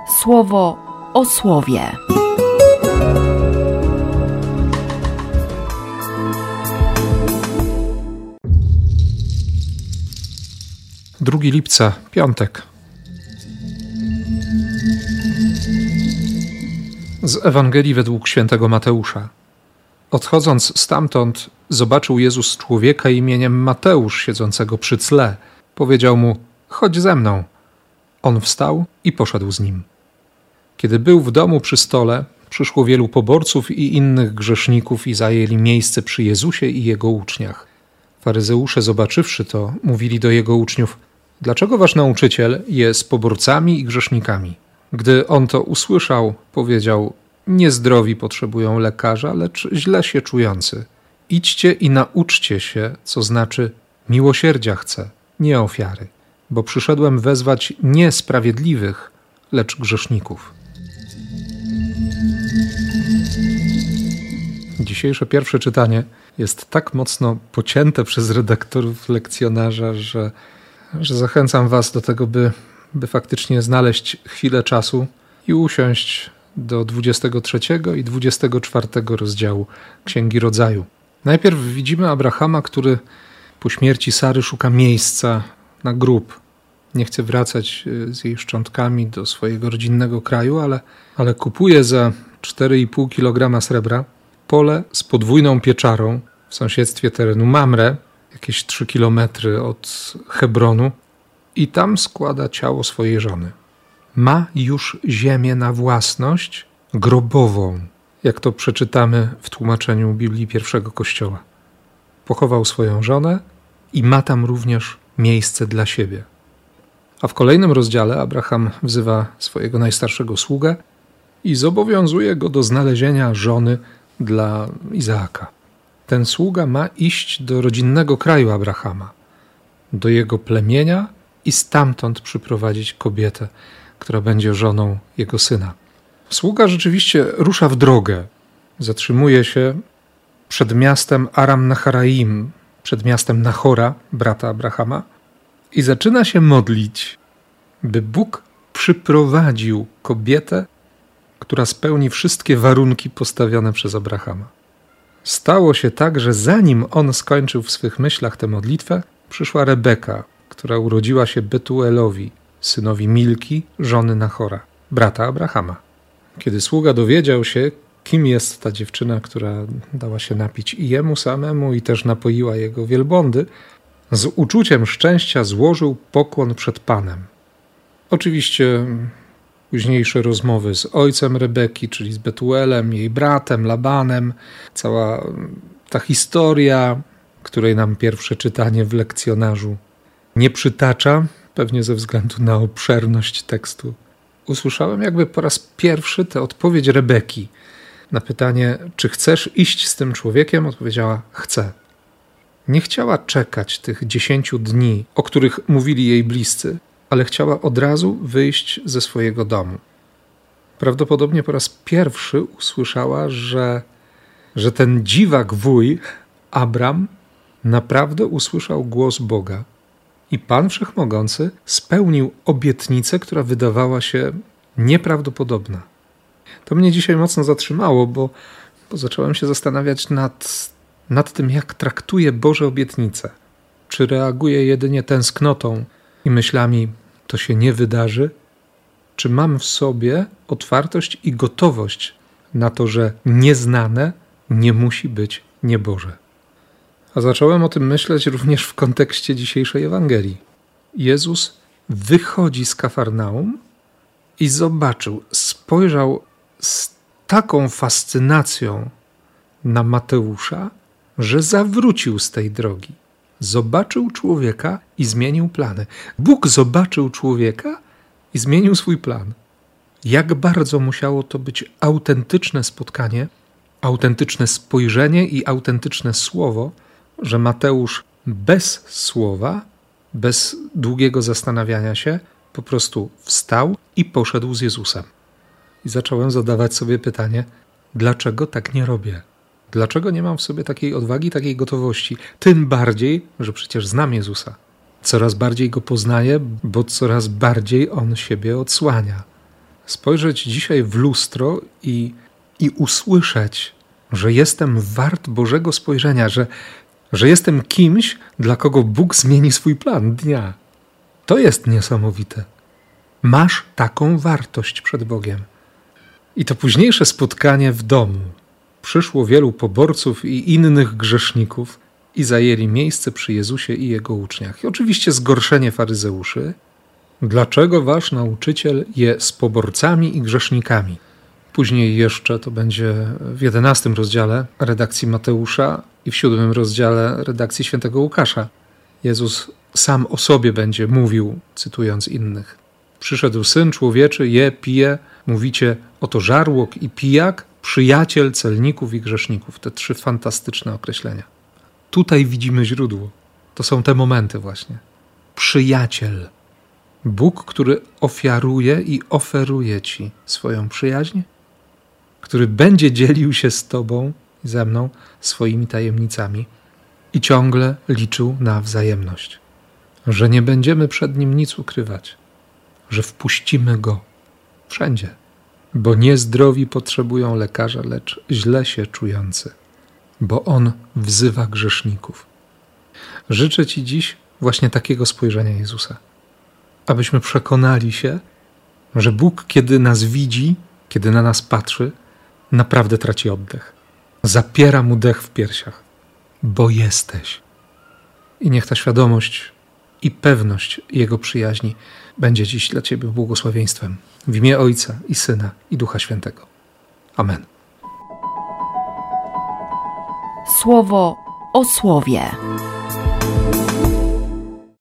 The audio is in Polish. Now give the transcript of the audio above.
Słowo o słowie. Drugi lipca, piątek. Z Ewangelii według świętego Mateusza. Odchodząc stamtąd, zobaczył Jezus człowieka imieniem Mateusz siedzącego przy cle. Powiedział mu: chodź ze mną. On wstał i poszedł z nim. Kiedy był w domu przy stole, przyszło wielu poborców i innych grzeszników i zajęli miejsce przy Jezusie i Jego uczniach. Faryzeusze, zobaczywszy to, mówili do Jego uczniów: dlaczego wasz nauczyciel je z poborcami i grzesznikami? Gdy on to usłyszał, powiedział: niezdrowi potrzebują lekarza, lecz źle się czujący. Idźcie i nauczcie się, co znaczy miłosierdzia chcę, nie ofiary, bo przyszedłem wezwać nie sprawiedliwych, lecz grzeszników. Dzisiejsze pierwsze czytanie jest tak mocno pocięte przez redaktorów lekcjonarza, że zachęcam was do tego, by faktycznie znaleźć chwilę czasu i usiąść do 23 i 24 rozdziału Księgi Rodzaju. Najpierw widzimy Abrahama, który po śmierci Sary szuka miejsca na grób. Nie chce wracać z jej szczątkami do swojego rodzinnego kraju, ale kupuje za 4,5 kg srebra pole z podwójną pieczarą w sąsiedztwie terenu Mamre, jakieś 3 kilometry od Hebronu, i tam składa ciało swojej żony. Ma już ziemię na własność grobową, jak to przeczytamy w tłumaczeniu Biblii pierwszego Kościoła. Pochował swoją żonę i ma tam również miejsce dla siebie. A w kolejnym rozdziale Abraham wzywa swojego najstarszego sługę i zobowiązuje go do znalezienia żony dla Izaaka. Ten sługa ma iść do rodzinnego kraju Abrahama, do jego plemienia i stamtąd przyprowadzić kobietę, która będzie żoną jego syna. Sługa rzeczywiście rusza w drogę. Zatrzymuje się przed miastem Aram Naharaim, przed miastem Nahora, brata Abrahama, i zaczyna się modlić, by Bóg przyprowadził kobietę, która spełni wszystkie warunki postawione przez Abrahama. Stało się tak, że zanim on skończył w swych myślach tę modlitwę, przyszła Rebeka, która urodziła się Betuelowi, synowi Milki, żony Nahora, brata Abrahama. Kiedy sługa dowiedział się, kim jest ta dziewczyna, która dała się napić i jemu samemu, i też napoiła jego wielbłądy, z uczuciem szczęścia złożył pokłon przed Panem. Oczywiście późniejsze rozmowy z ojcem Rebeki, czyli z Betuelem, jej bratem Labanem, cała ta historia, której nam pierwsze czytanie w lekcjonarzu nie przytacza, pewnie ze względu na obszerność tekstu. Usłyszałem jakby po raz pierwszy tę odpowiedź Rebeki na pytanie: czy chcesz iść z tym człowiekiem? Odpowiedziała: chcę. Nie chciała czekać tych 10 dni, o których mówili jej bliscy, ale chciała od razu wyjść ze swojego domu. Prawdopodobnie po raz pierwszy usłyszała, że ten dziwak wuj, Abram, naprawdę usłyszał głos Boga i Pan Wszechmogący spełnił obietnicę, która wydawała się nieprawdopodobna. To mnie dzisiaj mocno zatrzymało, bo zacząłem się zastanawiać nad tym, jak traktuje Boże obietnice. Czy reaguje jedynie tęsknotą i myślami: to się nie wydarzy? Czy mam w sobie otwartość i gotowość na to, że nieznane nie musi być nieboże? A zacząłem o tym myśleć również w kontekście dzisiejszej Ewangelii. Jezus wychodzi z Kafarnaum i spojrzał z taką fascynacją na Mateusza, że zawrócił z tej drogi. Zobaczył człowieka i zmienił plany. Bóg zobaczył człowieka i zmienił swój plan. Jak bardzo musiało to być autentyczne spotkanie, autentyczne spojrzenie i autentyczne słowo, że Mateusz bez słowa, bez długiego zastanawiania się, po prostu wstał i poszedł z Jezusem. I zacząłem zadawać sobie pytanie: dlaczego tak nie robię? Dlaczego nie mam w sobie takiej odwagi, takiej gotowości? Tym bardziej, że przecież znam Jezusa. Coraz bardziej Go poznaję, bo coraz bardziej On siebie odsłania. spojrzeć dzisiaj w lustro i usłyszeć, że jestem wart Bożego spojrzenia, że jestem kimś, dla kogo Bóg zmieni swój plan dnia. To jest niesamowite. Masz taką wartość przed Bogiem. I to późniejsze spotkanie w domu. Przyszło wielu poborców i innych grzeszników i zajęli miejsce przy Jezusie i Jego uczniach. I oczywiście zgorszenie faryzeuszy. Dlaczego wasz nauczyciel je z poborcami i grzesznikami? Później jeszcze to będzie w 11 rozdziale redakcji Mateusza i w 7 rozdziale redakcji świętego Łukasza. Jezus sam o sobie będzie mówił, cytując innych. Przyszedł Syn Człowieczy, je, pije, mówicie, oto żarłok i pijak, przyjaciel celników i grzeszników. Te 3 fantastyczne określenia. Tutaj widzimy źródło. To są te momenty właśnie. Przyjaciel. Bóg, który ofiaruje i oferuje ci swoją przyjaźń, który będzie dzielił się z tobą i ze mną swoimi tajemnicami i ciągle liczył na wzajemność. Że nie będziemy przed Nim nic ukrywać, że wpuścimy Go wszędzie, bo niezdrowi potrzebują lekarza, lecz źle się czujący, bo On wzywa grzeszników. Życzę Ci dziś właśnie takiego spojrzenia Jezusa, abyśmy przekonali się, że Bóg, kiedy nas widzi, kiedy na nas patrzy, naprawdę traci oddech. Zapiera mu dech w piersiach, bo jesteś. I niech ta świadomość i pewność Jego przyjaźni będzie dziś dla Ciebie błogosławieństwem. W imię Ojca i Syna i Ducha Świętego. Amen. Słowo o słowie.